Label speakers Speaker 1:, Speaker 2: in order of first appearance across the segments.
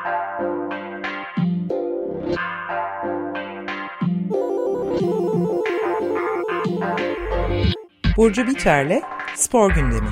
Speaker 1: Burcu Biterle Spor Gündemi.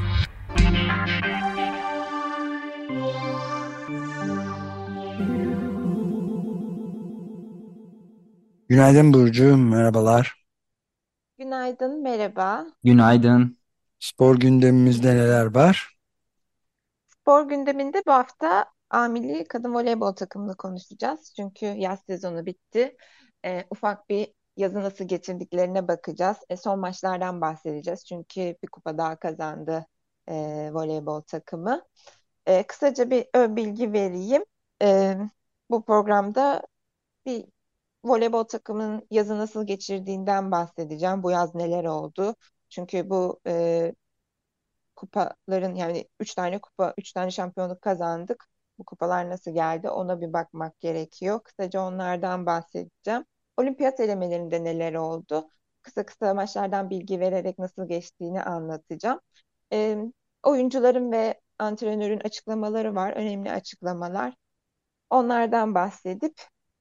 Speaker 2: Günaydın Burcu, merhabalar.
Speaker 3: Günaydın, merhaba.
Speaker 4: Günaydın.
Speaker 2: Spor gündemimizde neler var?
Speaker 3: Spor gündeminde bu hafta A Milli Kadın Voleybol takımını konuşacağız. Çünkü yaz sezonu bitti. Ufak bir yazı nasıl geçirdiklerine bakacağız. Son maçlardan bahsedeceğiz. Çünkü bir kupa daha kazandı voleybol takımı. Kısaca bir ön bilgi vereyim. E, Bu programda bir voleybol takımının yazı nasıl geçirdiğinden bahsedeceğim. Bu yaz neler oldu? Çünkü bu kupaların yani üç tane kupa, üç tane şampiyonluk kazandık. Bu kupalar nasıl geldi? Ona bir bakmak gerekiyor. Kısaca onlardan bahsedeceğim. Olimpiyat elemelerinde neler oldu? Kısa kısa maçlardan bilgi vererek nasıl geçtiğini anlatacağım. Ee, Oyuncuların ve antrenörün açıklamaları var. Önemli açıklamalar. Onlardan bahsedip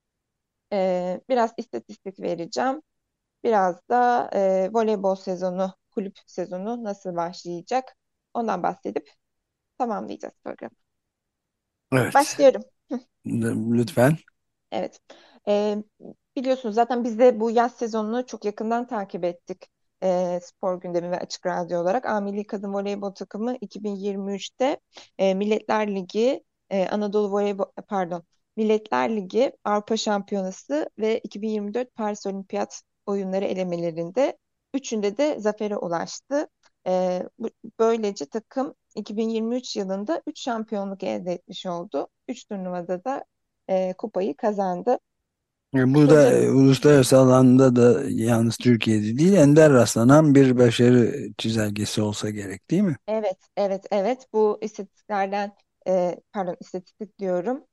Speaker 3: biraz istatistik vereceğim. Biraz da voleybol sezonu, kulüp sezonu nasıl başlayacak? Ondan bahsedip tamamlayacağız programı.
Speaker 2: Evet,
Speaker 3: Başlıyorum.
Speaker 2: lütfen.
Speaker 3: Evet. Ee, Biliyorsunuz zaten biz de bu yaz sezonunu çok yakından takip ettik. Spor gündemi ve Açık Radyo olarak. A Milli Kadın Voleybol takımı 2023'te Milletler Ligi, Anadolu Voleybol, pardon, Milletler Ligi, Avrupa Şampiyonası ve 2024 Paris Olimpiyat oyunları elemelerinde üçünde de zafere ulaştı. Böylece takım 2023 yılında 3 şampiyonluk elde etmiş oldu. 3 turnuvada da kupayı kazandı.
Speaker 2: Bu da
Speaker 3: Kısaca
Speaker 2: uluslararası alanda da yalnız Türkiye'de değil, ender rastlanan bir başarı çizelgesi olsa gerek, değil mi?
Speaker 3: evet, evet, evet, bu istatistiklerden pardon, istatistik diyorum.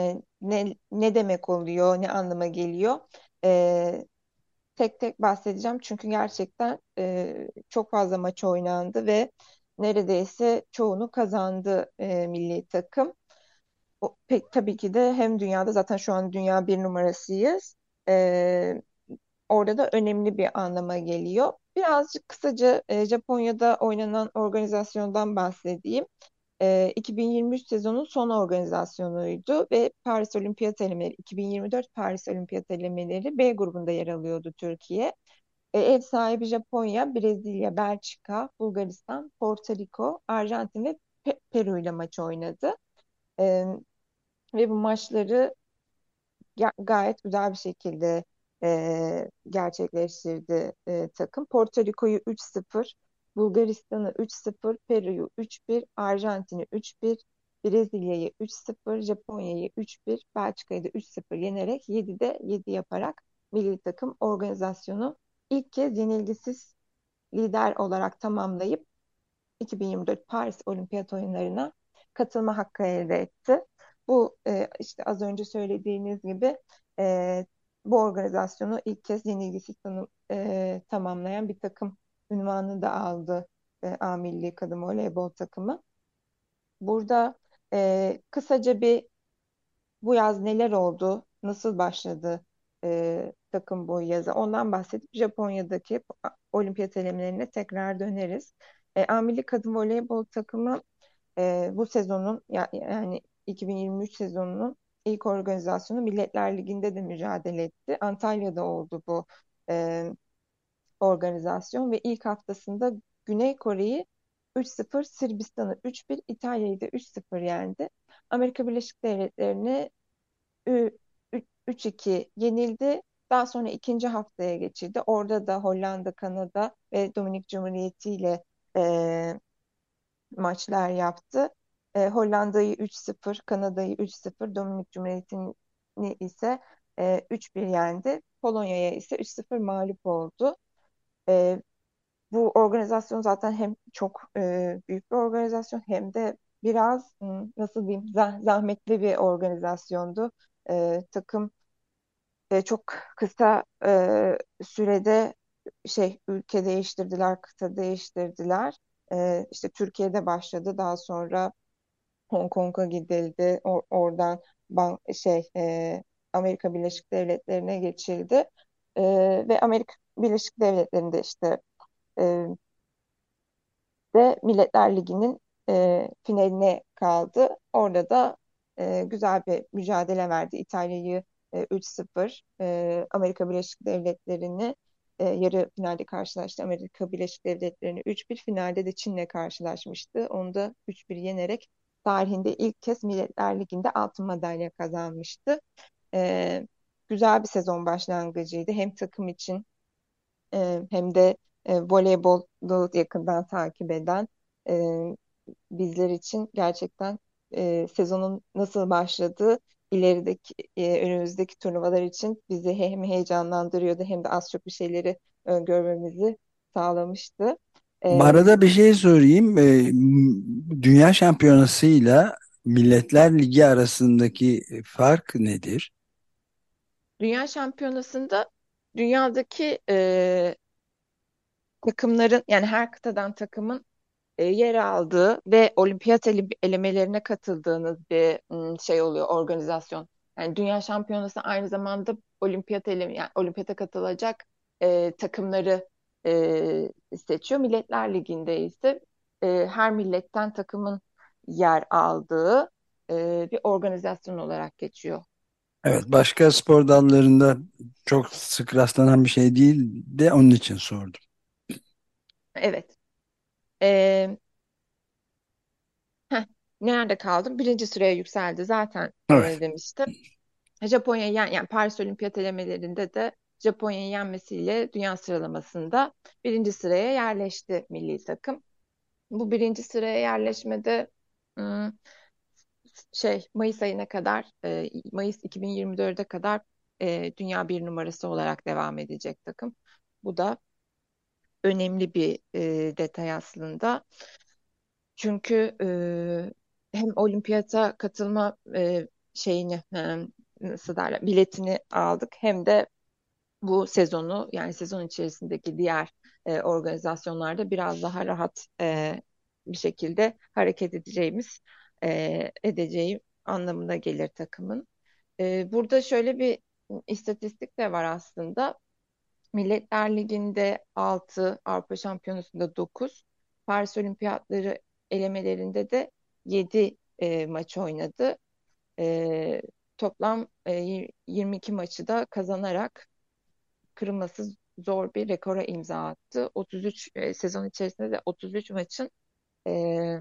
Speaker 3: Ne demek oluyor, ne anlama geliyor? E, Tek tek bahsedeceğim çünkü gerçekten çok fazla maç oynandı ve neredeyse çoğunu kazandı milli takım. Pek tabii ki de hem dünyada zaten şu an dünya bir numarasıyız. E, Orada da önemli bir anlama geliyor. Birazcık kısaca Japonya'da oynanan organizasyondan bahsedeyim. 2023 sezonun son organizasyonuydu ve Paris Olimpiyat elemeleri 2024 Paris Olimpiyat elemeleri B grubunda yer alıyordu Türkiye. Ev sahibi Japonya, Brezilya, Belçika, Bulgaristan, Porto Rico, Arjantin ve Peru ile maç oynadı. E, Ve bu maçları gayet güzel bir şekilde gerçekleştirdi takım. Porto Rico'yu 3-0, Bulgaristan'ı 3-0, Peru'yu 3-1, Arjantin'i 3-1, Brezilya'yı 3-0, Japonya'yı 3-1, Belçika'yı da 3-0 yenerek 7'de 7 yaparak milli takım organizasyonu ilk kez yenilgisiz lider olarak tamamlayıp 2024 Paris Olimpiyat Oyunları'na katılma hakkı elde etti. Bu işte az önce söylediğiniz gibi bu organizasyonu ilk kez yenilgisiz tamamlayan bir takım unvanını da aldı A Milli Kadın Voleybol takımı. Burada kısaca bir bu yaz neler oldu, nasıl başladı takım bu yazı ondan bahsedip Japonya'daki olimpiyat elemelerine tekrar döneriz. A Milli Kadın Voleybol takımı bu sezonun yani 2023 sezonunun ilk organizasyonu Milletler Ligi'nde de mücadele etti. Antalya'da oldu bu e, organizasyon ve ilk haftasında Güney Kore'yi 3-0, Sırbistan'ı 3-1, İtalya'yı da 3-0 yendi. Amerika Birleşik Devletleri'ni 3-2 yenildi. Daha sonra ikinci haftaya geçildi. Orada da Hollanda, Kanada ve Dominik Cumhuriyeti ile maçlar yaptı. Hollanda'yı 3-0, Kanada'yı 3-0, Dominik Cumhuriyeti'ni ise 3-1 yendi. Polonya'ya ise 3-0 mağlup oldu. E, Bu organizasyon zaten hem çok büyük bir organizasyon hem de biraz nasıl diyeyim zahmetli bir organizasyondu. Takım çok kısa sürede ülke değiştirdiler, kıta değiştirdiler. İşte Türkiye'de başladı. Daha sonra Hong Kong'a gidildi. Oradan Amerika Birleşik Devletleri'ne geçildi. E, Ve Amerika Birleşik Devletleri'nde işte e, de Milletler Ligi'nin finaline kaldı. Orada da güzel bir mücadele verdi. İtalya'yı 3-0, Amerika Birleşik Devletleri'ni yarı finalde karşılaştı. Amerika Birleşik Devletleri'ni 3-1, finalde de Çin'le karşılaşmıştı. Onu da 3-1 yenerek tarihinde ilk kez Milletler Ligi'nde altın madalya kazanmıştı. E, Güzel bir sezon başlangıcıydı. Hem takım için hem de voleybolu yakından takip eden e, bizler için gerçekten sezonun nasıl başladığı ilerideki önümüzdeki turnuvalar için bizi hem heyecanlandırıyordu hem de az çok bir şeyleri görmemizi sağlamıştı. E,
Speaker 2: Arada bir şey sorayım. Dünya Şampiyonası'yla Milletler Ligi arasındaki fark nedir?
Speaker 3: Dünya Şampiyonası'nda dünyadaki takımların, yani her kıtadan takımın yer aldığı ve olimpiyat elemelerine katıldığınız bir şey oluyor, organizasyon. Yani Dünya Şampiyonası aynı zamanda yani olimpiyata katılacak takımları seçiyor. Milletler Ligi'nde ise her milletten takımın yer aldığı bir organizasyon olarak geçiyor.
Speaker 2: Evet, başka spor dallarında çok sık rastlanan bir şey değil de onun için sordum.
Speaker 3: Evet. E, heh, Nerede kaldım? Birinci sıraya yükseldi zaten
Speaker 2: Evet.
Speaker 3: demiştim. Yani Paris Olimpiyat elemelerinde de Japonya'yı yenmesiyle dünya sıralamasında birinci sıraya yerleşti milli takım. Bu birinci sıraya yerleşmede ım, Mayıs ayına kadar, Mayıs 2024'e kadar dünya bir numarası olarak devam edecek takım. Bu da önemli bir detay aslında. Çünkü hem olimpiyata katılma nasıl derler, biletini aldık, hem de bu sezonu, yani sezon içerisindeki diğer organizasyonlarda biraz daha rahat bir şekilde hareket edeceği anlamına gelir takımın. Burada şöyle bir istatistik de var aslında. Milletler Ligi'nde 6, Avrupa Şampiyonası'nda 9, Paris Olimpiyatları elemelerinde de 7 maç oynadı. E, Toplam 22 maçı da kazanarak kırılması zor bir rekora imza attı. 33 sezon içerisinde de 33 maçın e,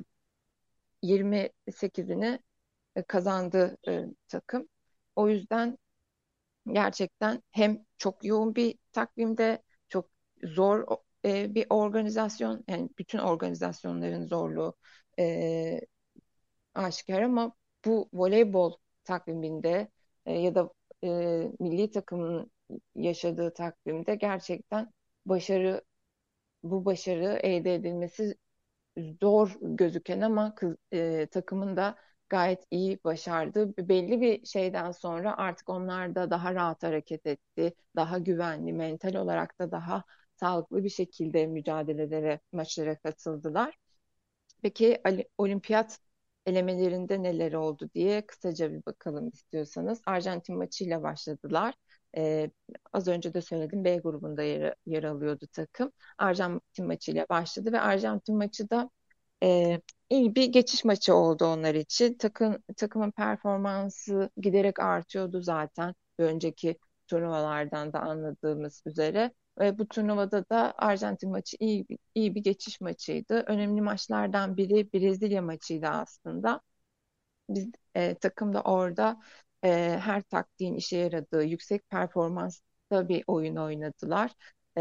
Speaker 3: 28'ini kazandı takım. O yüzden gerçekten hem çok yoğun bir takvimde, çok zor bir organizasyon, yani bütün organizasyonların zorluğu e, aşikar, ama bu voleybol takviminde ya da milli takımın yaşadığı takvimde gerçekten başarı bu başarı elde edilmesi zor gözüken ama takımın da gayet iyi başardı. Belli bir şeyden sonra artık onlar da daha rahat hareket etti. Daha güvenli, mental olarak da daha sağlıklı bir şekilde mücadelelere, maçlara katıldılar. Peki olimpiyat elemelerinde neler oldu diye kısaca bir bakalım istiyorsanız. Arjantin maçıyla başladılar. Ee, Az önce de söyledim, B grubunda yer alıyordu takım. Arjantin maçıyla başladı ve Arjantin maçı da e, iyi bir geçiş maçı oldu onlar için. Takımın performansı giderek artıyordu zaten. Önceki turnuvalardan da anladığımız üzere. Ve bu turnuvada da Arjantin maçı iyi bir geçiş maçıydı. Önemli maçlardan biri Brezilya maçıydı aslında. Biz takımda orada her taktiğin işe yaradığı yüksek performanslı bir oyun oynadılar.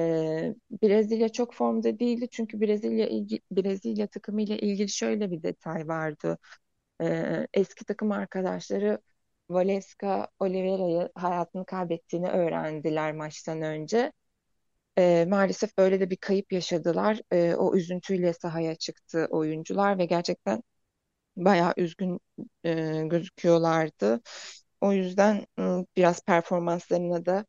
Speaker 3: Brezilya çok formda değildi, çünkü Brezilya takımı ile ilgili şöyle bir detay vardı. Eski takım arkadaşları Valesca Oliveira'yı hayatını kaybettiğini öğrendiler maçtan önce. Maalesef böyle de bir kayıp yaşadılar. O üzüntüyle sahaya çıktı oyuncular ve gerçekten bayağı üzgün gözüküyorlardı. O yüzden biraz performanslarına da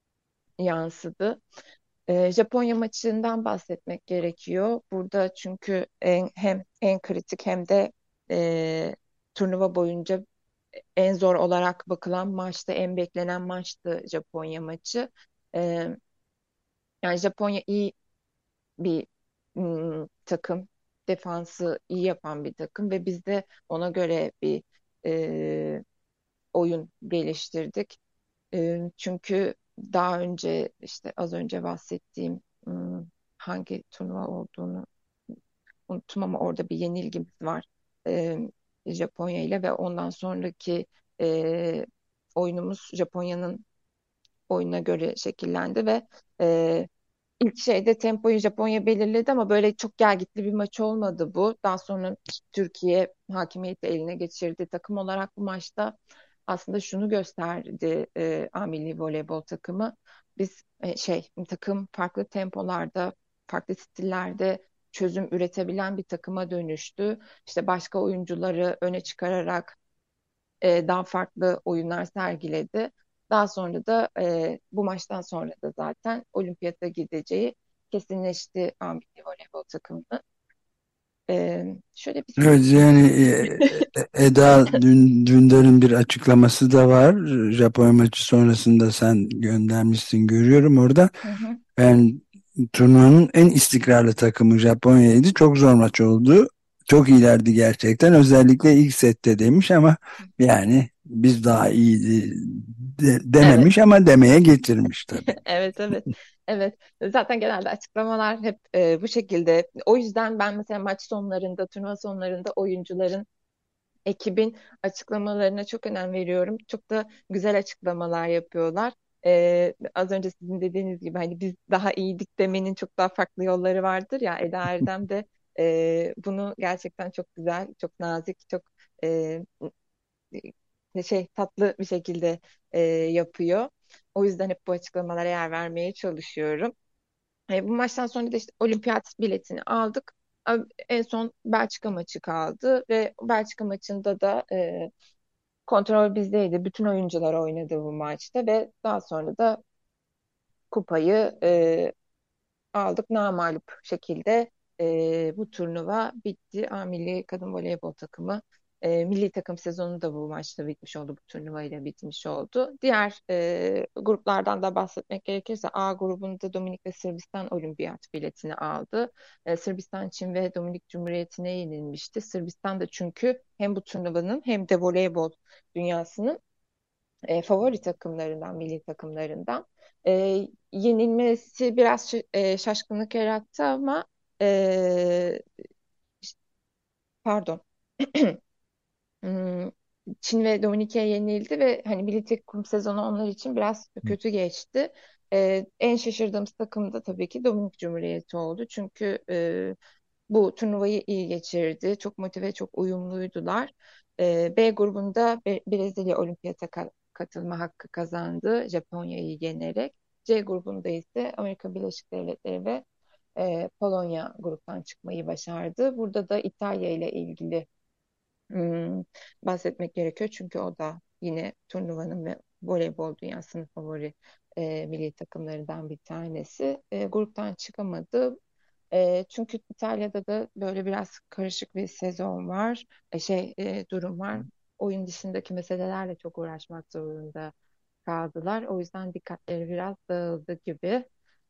Speaker 3: yansıdı. Japonya maçından bahsetmek gerekiyor. Burada çünkü hem en kritik hem de turnuva boyunca en zor olarak bakılan maçtı, en beklenen maçtı Japonya maçı. E, Yani Japonya iyi bir takım, defansı iyi yapan bir takım ve biz de ona göre bir e, oyun geliştirdik. Çünkü daha önce işte az önce bahsettiğim hangi turnuva olduğunu unuttum ama orada bir yenilgimiz var e, Japonya ile ve ondan sonraki e, oyunumuz Japonya'nın oyuna göre şekillendi ve e, İlk şeyde tempoyu Japonya belirledi ama böyle çok gelgitli bir maç olmadı bu. Daha sonra Türkiye hakimiyeti eline geçirdi. Takım olarak bu maçta aslında şunu gösterdi A Milli Voleybol takımı. Biz takım farklı tempolarda, farklı stillerde çözüm üretebilen bir takıma dönüştü. İşte başka oyuncuları öne çıkararak daha farklı oyunlar sergiledi. Daha sonra da bu maçtan sonra da zaten olimpiyata gideceği kesinleşti Milli Voleybol takımının. Şöyle bir
Speaker 2: Evet, yani Eda Dündar'ın bir açıklaması da var. Japonya maçı sonrasında sen göndermişsin, görüyorum orada.
Speaker 3: Hı hı.
Speaker 2: Ben turnuvanın en istikrarlı takımı Japonya'ydı. Çok zor maç oldu. Çok iyilerdi gerçekten. Özellikle ilk sette demiş ama yani biz daha iyiydi
Speaker 3: Evet.
Speaker 2: dememiş ama demeye getirmiş tabii.
Speaker 3: Evet, evet. Evet. Zaten genelde açıklamalar hep bu şekilde. O yüzden ben mesela maç sonlarında, turnuva sonlarında oyuncuların ekibin açıklamalarına çok önem veriyorum. Çok da güzel açıklamalar yapıyorlar. Az önce sizin dediğiniz gibi hani biz daha iyiydik demenin çok daha farklı yolları vardır ya. Eda Erdem de bunu gerçekten çok güzel, çok nazik, çok e, tatlı bir şekilde yapıyor. O yüzden hep bu açıklamalara yer vermeye çalışıyorum. Bu maçtan sonra da işte olimpiyat biletini aldık. En son Belçika maçı kaldı ve Belçika maçında da kontrol bizdeydi. Bütün oyuncular oynadı bu maçta ve daha sonra da kupayı aldık. Namağlup şekilde bu turnuva bitti. A Milli Kadın Voleybol takımı milli takım sezonu da bu maçta bitmiş oldu. Bu turnuva ile bitmiş oldu. Diğer gruplardan da bahsetmek gerekirse A grubunda Dominik ve Sırbistan olimpiyat biletini aldı. Sırbistan, Çin ve Dominik Cumhuriyeti'ne yenilmişti. Sırbistan da çünkü hem bu turnuvanın hem de voleybol dünyasının favori takımlarından, milli takımlarından. Yenilmesi biraz şaşkınlık yarattı ama e, pardon. Hmm, Çin ve Dominike'ye yenildi ve hani milli takım sezonu onlar için biraz kötü geçti. En şaşırdığımız takım da tabii ki Dominik Cumhuriyeti oldu. Çünkü bu turnuvayı iyi geçirdi. Çok motive, çok uyumluydular. B grubunda Brezilya olimpiyata katılma hakkı kazandı. Japonya'yı yenerek. C grubunda ise Amerika Birleşik Devletleri ve Polonya gruptan çıkmayı başardı. Burada da İtalya ile ilgili hmm, bahsetmek gerekiyor. Çünkü o da yine turnuvanın ve voleybol dünyasının favori milli takımlarından bir tanesi. Gruptan çıkamadı. Çünkü İtalya'da da böyle biraz karışık bir sezon var. Durum var. Oyun dışındaki meselelerle çok uğraşmak zorunda kaldılar. O yüzden dikkatleri biraz dağıldı gibi.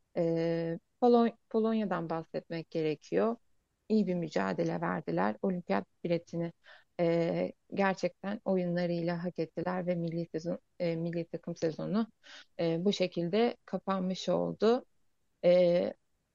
Speaker 3: Polonya'dan bahsetmek gerekiyor. İyi bir mücadele verdiler. Olimpiyat biletini gerçekten oyunlarıyla hak ettiler ve milli takım sezonu bu şekilde kapanmış oldu. E,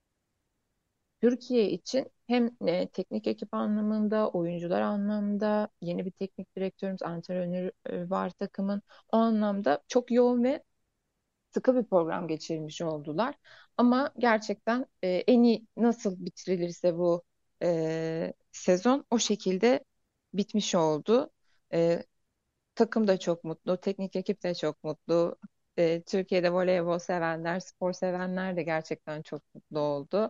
Speaker 3: Türkiye için hem teknik ekip anlamında, oyuncular anlamında yeni bir teknik direktörümüz, antrenörü var takımın. O anlamda çok yoğun ve sıkı bir program geçirmiş oldular. Ama gerçekten en iyi nasıl bitirilirse bu sezon o şekilde bitmiş oldu. E, Takım da çok mutlu, teknik ekip de çok mutlu. Türkiye'de voleybol sevenler, spor sevenler de gerçekten çok mutlu oldu.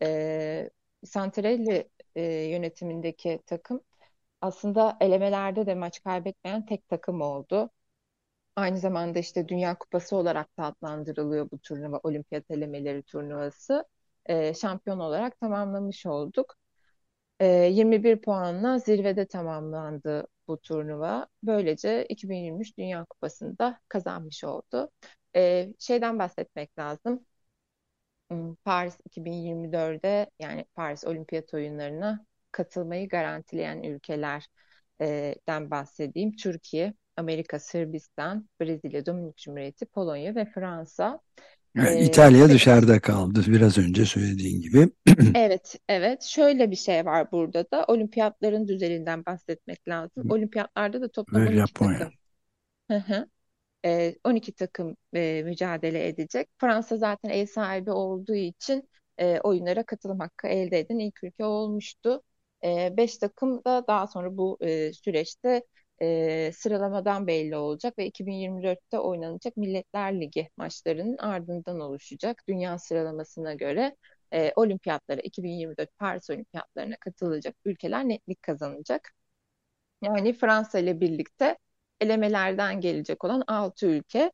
Speaker 3: Santarelli yönetimindeki takım aslında elemelerde de maç kaybetmeyen tek takım oldu. Aynı zamanda işte Dünya Kupası olarak da adlandırılıyor bu turnuva, olimpiyat elemeleri turnuvası. Şampiyon olarak tamamlamış olduk. 21 puanla zirvede tamamlandı bu turnuva. Böylece 2023 Dünya Kupası'nı da kazanmış oldu. Şeyden bahsetmek lazım. Paris 2024'de, yani Paris Olimpiyat Oyunları'na katılmayı garantileyen ülkelerden bahsedeyim. Türkiye, Amerika, Sırbistan, Brezilya, Dominik Cumhuriyeti, Polonya ve Fransa.
Speaker 2: Evet, İtalya
Speaker 3: İşte
Speaker 2: dışarıda kaldı biraz önce söylediğin gibi.
Speaker 3: evet, evet. Şöyle bir şey var burada da. Olimpiyatların düzeninden bahsetmek lazım. Olimpiyatlarda da toplam
Speaker 2: Ve
Speaker 3: 12
Speaker 2: Japonya.
Speaker 3: takım. 12 takım mücadele edecek. Fransa zaten ev sahibi olduğu için oyunlara katılım hakkı elde eden ilk ülke olmuştu. 5 takım da daha sonra bu süreçte sıralamadan belli olacak ve 2024'te oynanacak Milletler Ligi maçlarının ardından oluşacak. Dünya sıralamasına göre olimpiyatlara, 2024 Paris Olimpiyatlarına katılacak ülkeler netlik kazanacak. Yani Fransa ile birlikte elemelerden gelecek olan 6 ülke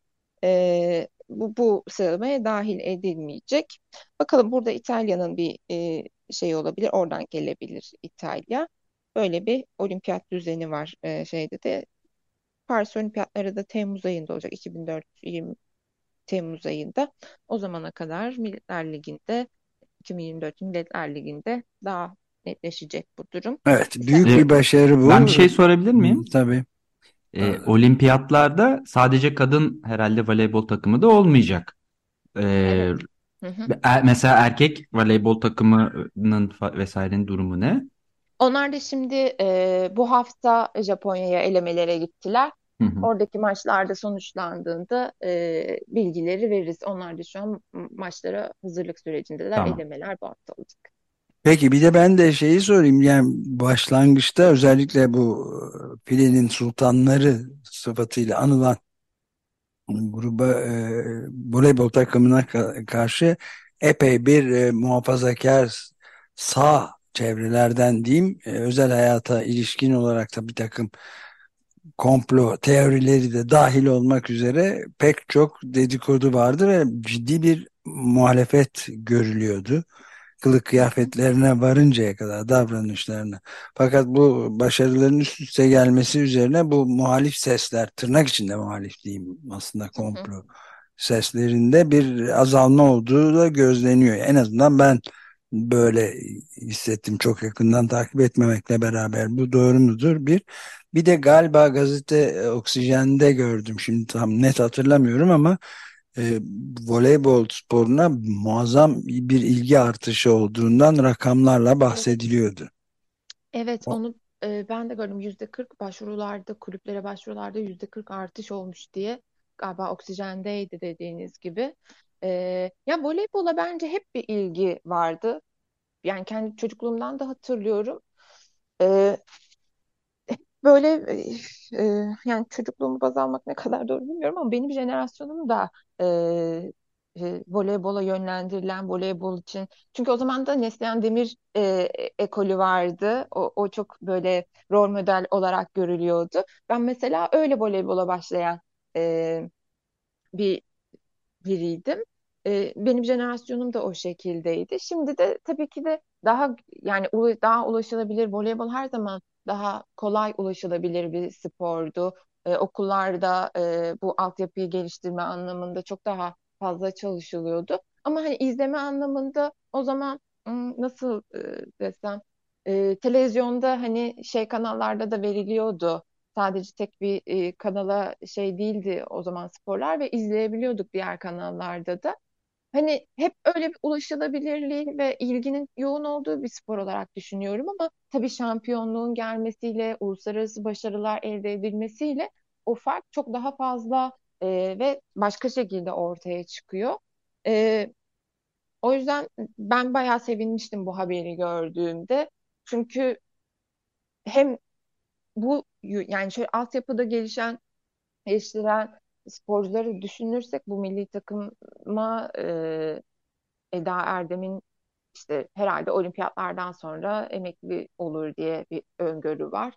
Speaker 3: bu sıralamaya dahil edilmeyecek. Bakalım, burada İtalya'nın bir şey olabilir. Oradan gelebilir İtalya. Böyle bir olimpiyat düzeni var şeyde de. Paris Olimpiyatları da Temmuz ayında olacak. 2004 Temmuz ayında. O zamana kadar Milletler Ligi'nde, 2024 Milletler Ligi'nde daha netleşecek bu durum.
Speaker 2: Evet,
Speaker 3: Sen
Speaker 2: büyük bir başarı
Speaker 4: Ben bir
Speaker 2: bu.
Speaker 4: şey sorabilir miyim?
Speaker 2: Tabii.
Speaker 4: Olimpiyatlarda sadece kadın herhalde voleybol takımı da olmayacak.
Speaker 3: evet.
Speaker 4: Ee,
Speaker 3: Hı hı.
Speaker 4: Mesela erkek voleybol takımının vesairenin durumu ne?
Speaker 3: Onlar da şimdi bu hafta Japonya'ya elemelere gittiler.
Speaker 4: Hı hı.
Speaker 3: Oradaki maçlarda sonuçlandığında bilgileri veririz. Onlar da şu an maçlara hazırlık sürecindeler.
Speaker 4: Tamam.
Speaker 3: Elemeler bu hafta olacak.
Speaker 2: Peki bir de ben de şeyi sorayım. Yani başlangıçta özellikle bu filenin sultanları sıfatıyla anılan gruba voleybol takımına karşı epey bir muhafazakar sağ çevrelerden diyeyim özel hayata ilişkin olarak da bir takım komplo teorileri de dahil olmak üzere pek çok dedikodu vardı ve ciddi bir muhalefet görülüyordu. Kılık
Speaker 3: Hı hı.
Speaker 2: kıyafetlerine varıncaya kadar davranışlarına. Fakat bu başarıların üst üste gelmesi üzerine bu muhalif sesler, tırnak içinde muhalif diyeyim aslında
Speaker 3: Hı hı.
Speaker 2: komplo seslerinde bir azalma olduğu da gözleniyor. En azından ben böyle hissettim, çok yakından takip etmemekle beraber. Bu doğru mudur? Bir de galiba gazete Oksijen'de gördüm. Şimdi tam net hatırlamıyorum ama e, voleybol sporuna muazzam bir ilgi artışı olduğundan rakamlarla
Speaker 3: Evet.
Speaker 2: bahsediliyordu.
Speaker 3: Evet,
Speaker 2: O-
Speaker 3: onu ben de gördüm. %40 başvurularda, kulüplere başvurularda %40 artış olmuş diye. Galiba Oksijen'deydi dediğiniz gibi. E, Ya voleybola bence hep bir ilgi vardı. Yani kendi çocukluğumdan da hatırlıyorum. E, Böyle yani çocukluğumu baz almak ne kadar doğru bilmiyorum ama benim jenerasyonum da e, voleybola yönlendirilen, voleybol için. Çünkü o zaman da Neslihan Demir ekolü vardı. O çok böyle rol model olarak görülüyordu. Ben mesela öyle voleybola başlayan e, bir biriydim. Benim jenerasyonum da o şekildeydi. Şimdi de tabii ki de daha, yani daha ulaşılabilir, voleybol her zaman daha kolay ulaşılabilir bir spordu. Okullarda bu altyapıyı geliştirme anlamında çok daha fazla çalışılıyordu. Ama hani izleme anlamında o zaman nasıl desem, televizyonda hani şey kanallarda da veriliyordu. Sadece tek bir kanala şey değildi o zaman sporlar ve izleyebiliyorduk diğer kanallarda da. Hani hep öyle bir ulaşılabilirliği ve ilginin yoğun olduğu bir spor olarak düşünüyorum ama tabii şampiyonluğun gelmesiyle, uluslararası başarılar elde edilmesiyle o fark çok daha fazla ve başka şekilde ortaya çıkıyor. E, O yüzden ben bayağı sevinmiştim bu haberi gördüğümde. Çünkü hem yani şöyle altyapıda geliştiren sporcuları düşünürsek bu milli takıma Eda Erdem'in işte herhalde olimpiyatlardan sonra emekli olur diye bir öngörü var.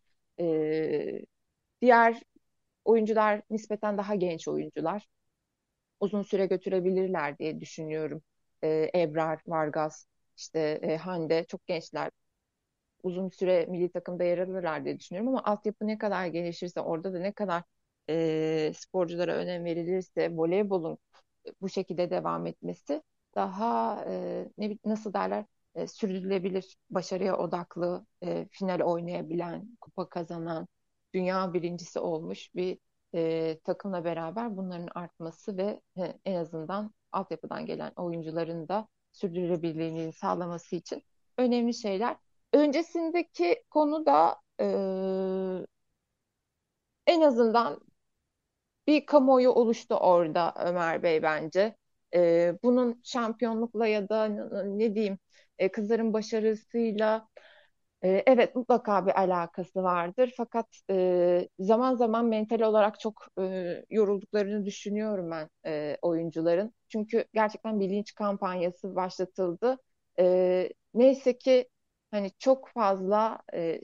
Speaker 3: Diğer oyuncular nispeten daha genç oyuncular. Uzun süre götürebilirler diye düşünüyorum. Ebrar, Vargas, işte Hande çok gençler. uzun süre milli takımda yer alırlar diye düşünüyorum ama altyapı ne kadar gelişirse orada da ne kadar sporculara önem verilirse voleybolun bu şekilde devam etmesi daha nasıl derler sürdürülebilir, başarıya odaklı, final oynayabilen, kupa kazanan, dünya birincisi olmuş bir takımla beraber bunların artması ve en azından altyapıdan gelen oyuncuların da sürdürülebilirliğini sağlaması için önemli şeyler. Öncesindeki konu da en azından bir kamuoyu oluştu orada Ömer Bey bence. Bunun şampiyonlukla ya da ne diyeyim kızların başarısıyla evet mutlaka bir alakası vardır. Fakat zaman zaman mental olarak çok yorulduklarını düşünüyorum ben oyuncuların. Çünkü gerçekten bir linç kampanyası başlatıldı. Neyse ki hani çok fazla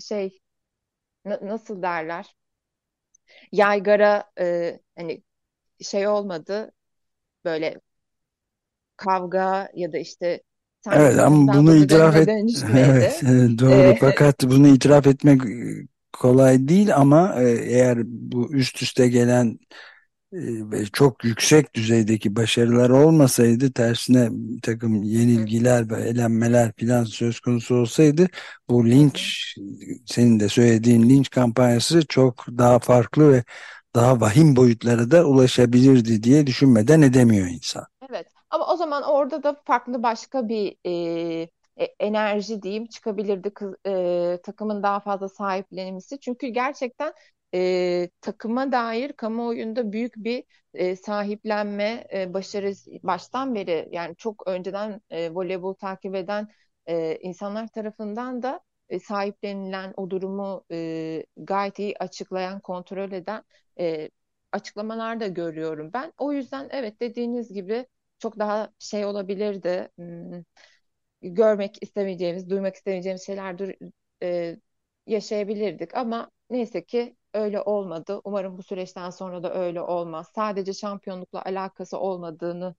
Speaker 3: nasıl derler yaygara hani şey olmadı böyle kavga ya da işte sen
Speaker 2: Evet ama
Speaker 3: ondan
Speaker 2: bunu
Speaker 3: bu
Speaker 2: itiraf
Speaker 3: döneme
Speaker 2: et. Evet,
Speaker 3: dönüşmedi.
Speaker 2: doğru,
Speaker 3: E,
Speaker 2: fakat bunu itiraf etmek kolay değil ama eğer bu üst üste gelen ve çok yüksek düzeydeki başarılar olmasaydı, tersine bir takım yenilgiler ve elenmeler falan söz konusu olsaydı, bu
Speaker 3: hı hı.
Speaker 2: linç, senin de söylediğin linç kampanyası çok daha farklı ve daha vahim boyutlara da ulaşabilirdi diye düşünmeden edemiyor insan.
Speaker 3: Evet ama o zaman orada da farklı başka bir enerji diyeyim çıkabilirdi takımın daha fazla sahiplenilmesi. Çünkü gerçekten takıma dair kamuoyunda büyük bir sahiplenme başarısı baştan beri yani çok önceden voleybol takip eden insanlar tarafından da sahiplenilen o durumu gayet iyi açıklayan, kontrol eden e, açıklamalar da görüyorum ben. O yüzden evet dediğiniz gibi çok daha şey olabilirdi. Görmek istemeyeceğimiz, duymak istemeyeceğimiz şeyler e, yaşayabilirdik ama neyse ki öyle olmadı. Umarım bu süreçten sonra da öyle olmaz. Sadece şampiyonlukla alakası olmadığını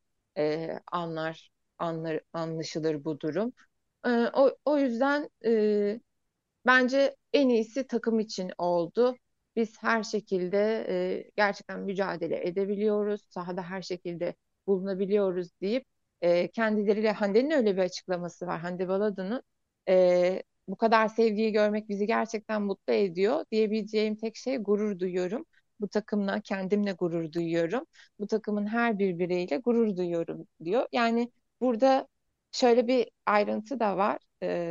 Speaker 3: anlaşılır bu durum. O yüzden bence en iyisi takım için oldu. Biz her şekilde gerçekten mücadele edebiliyoruz. Sahada her şekilde bulunabiliyoruz deyip kendileriyle Hande'nin öyle bir açıklaması var. Hande Baladı'nın bu kadar sevgiyi görmek bizi gerçekten mutlu ediyor diyebileceğim tek şey gurur duyuyorum. Bu takımla kendimle gurur duyuyorum. Bu takımın her bir bireyiyle gurur duyuyorum diyor. Yani burada şöyle bir ayrıntı da var.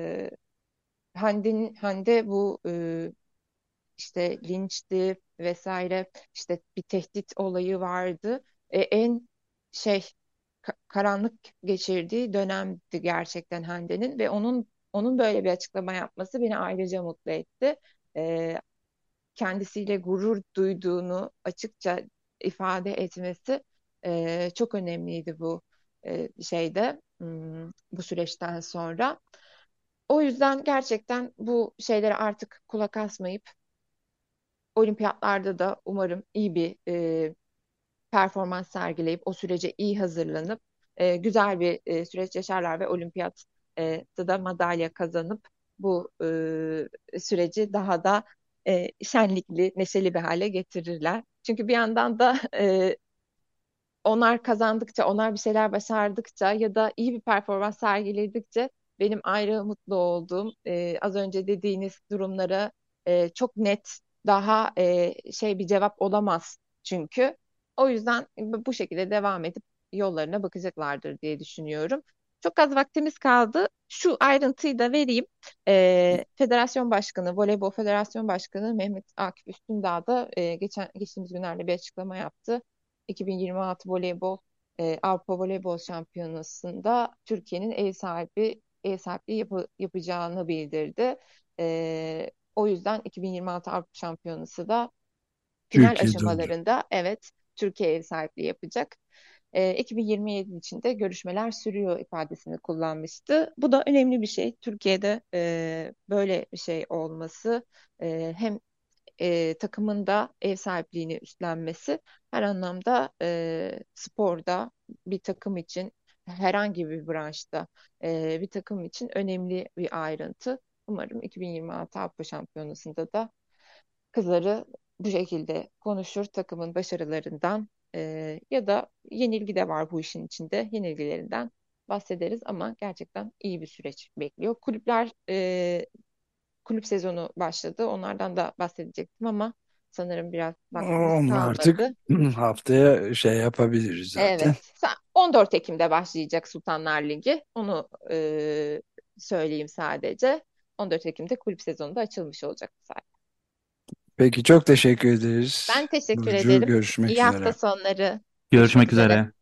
Speaker 3: Hande bu işte linçti vesaire işte bir tehdit olayı vardı. En şey karanlık geçirdiği dönemdi gerçekten Hande'nin ve onun böyle bir açıklama yapması beni ayrıca mutlu etti. E, Kendisiyle gurur duyduğunu açıkça ifade etmesi çok önemliydi bu bu süreçten sonra. O yüzden gerçekten bu şeylere artık kulak asmayıp olimpiyatlarda da umarım iyi bir performans sergileyip o sürece iyi hazırlanıp güzel bir süreç yaşarlar ve olimpiyatta da madalya kazanıp bu süreci daha da şenlikli, neşeli bir hale getirirler. Çünkü bir yandan da onlar kazandıkça, onlar bir şeyler başardıkça ya da iyi bir performans sergiledikçe benim ayrı mutlu olduğum az önce dediğiniz durumlara çok net daha bir cevap olamaz çünkü. O yüzden bu şekilde devam edip yollarına bakacaklardır diye düşünüyorum. Çok az vaktimiz kaldı. Şu ayrıntıyı da vereyim. Federasyon Başkanı, Voleybol Federasyon Başkanı Mehmet Akif Üstündağ da geçtiğimiz günlerde bir açıklama yaptı. 2026 Avrupa Voleybol Şampiyonası'nda Türkiye'nin ev sahipliği yapacağını bildirdi. O yüzden 2026 Avrupa Şampiyonası da final
Speaker 2: Türkiye'de olacak.
Speaker 3: aşamalarında evet Türkiye ev sahipliği yapacak. 2027 için de görüşmeler sürüyor ifadesini kullanmıştı. Bu da önemli bir şey. Türkiye'de böyle bir şey olması hem takımın da ev sahipliğini üstlenmesi her anlamda sporda bir takım için herhangi bir branşta bir takım için önemli bir ayrıntı. Umarım 2026 Avrupa Şampiyonası'nda da kızları bu şekilde konuşur, takımın başarılarından ya da yenilgi de var bu işin içinde, yenilgilerinden bahsederiz ama gerçekten iyi bir süreç bekliyor. Kulüp sezonu başladı. Onlardan da bahsedecektim ama sanırım biraz vaktimiz
Speaker 2: Onu artık
Speaker 3: kalmadı.
Speaker 2: haftaya şey yapabiliriz zaten.
Speaker 3: Evet. 14 Ekim'de başlayacak Sultanlar Ligi. Onu söyleyeyim sadece. 14 Ekim'de kulüp sezonu da açılmış olacak zaten.
Speaker 2: Peki çok teşekkür ederiz.
Speaker 3: Ben teşekkür
Speaker 2: Burcu,
Speaker 3: ederim.
Speaker 2: görüşmek
Speaker 3: İyi hafta
Speaker 2: üzere.
Speaker 3: sonları. Görüşmek
Speaker 4: Görüşmek
Speaker 3: üzere.
Speaker 4: üzere.